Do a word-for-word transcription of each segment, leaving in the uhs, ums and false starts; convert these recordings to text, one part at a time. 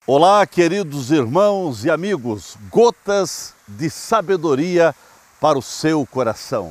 Olá, queridos irmãos e amigos, gotas de sabedoria para o seu coração.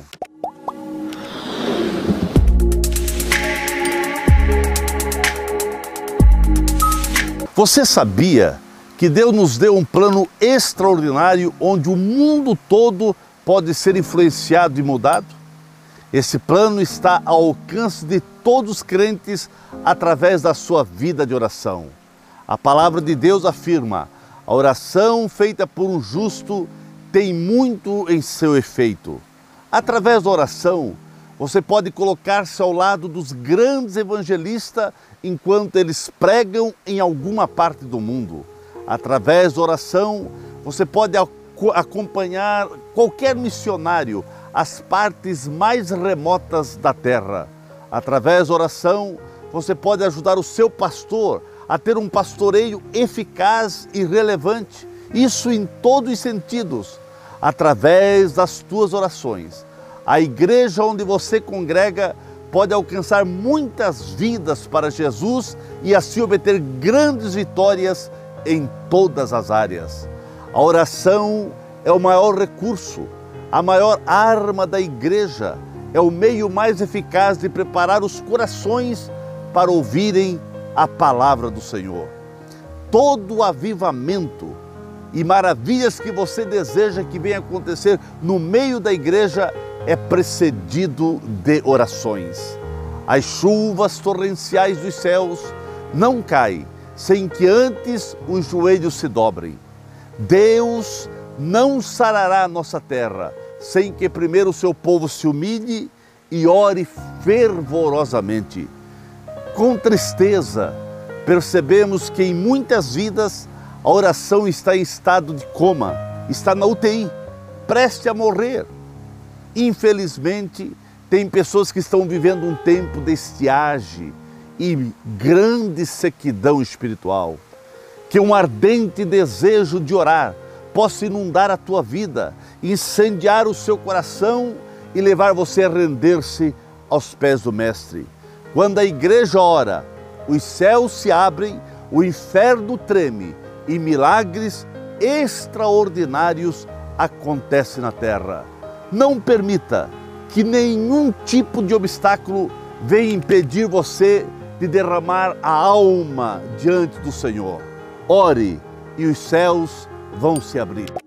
Você sabia que Deus nos deu um plano extraordinário onde o mundo todo pode ser influenciado e mudado? Esse plano está ao alcance de todos os crentes através da sua vida de oração. A palavra de Deus afirma: a oração feita por um justo tem muito em seu efeito. Através da oração, você pode colocar-se ao lado dos grandes evangelistas enquanto eles pregam em alguma parte do mundo. Através da oração, você pode acompanhar qualquer missionário às partes mais remotas da terra. Através da oração, você pode ajudar o seu pastor a ter um pastoreio eficaz e relevante, isso em todos os sentidos, através das tuas orações. A igreja onde você congrega pode alcançar muitas vidas para Jesus e assim obter grandes vitórias em todas as áreas. A oração é o maior recurso, a maior arma da igreja, é o meio mais eficaz de preparar os corações para ouvirem a palavra do Senhor. Todo o avivamento e maravilhas que você deseja que venha acontecer no meio da igreja é precedido de orações. As chuvas torrenciais dos céus não caem sem que antes os joelhos se dobrem. Deus não sarará a nossa terra sem que primeiro o seu povo se humilhe e ore fervorosamente. Com tristeza, percebemos que em muitas vidas a oração está em estado de coma, está na U T I, prestes a morrer. Infelizmente, tem pessoas que estão vivendo um tempo de estiagem e grande sequidão espiritual. Que um ardente desejo de orar possa inundar a tua vida, incendiar o seu coração e levar você a render-se aos pés do Mestre. Quando a igreja ora, os céus se abrem, o inferno treme e milagres extraordinários acontecem na terra. Não permita que nenhum tipo de obstáculo venha impedir você de derramar a alma diante do Senhor. Ore e os céus vão se abrir.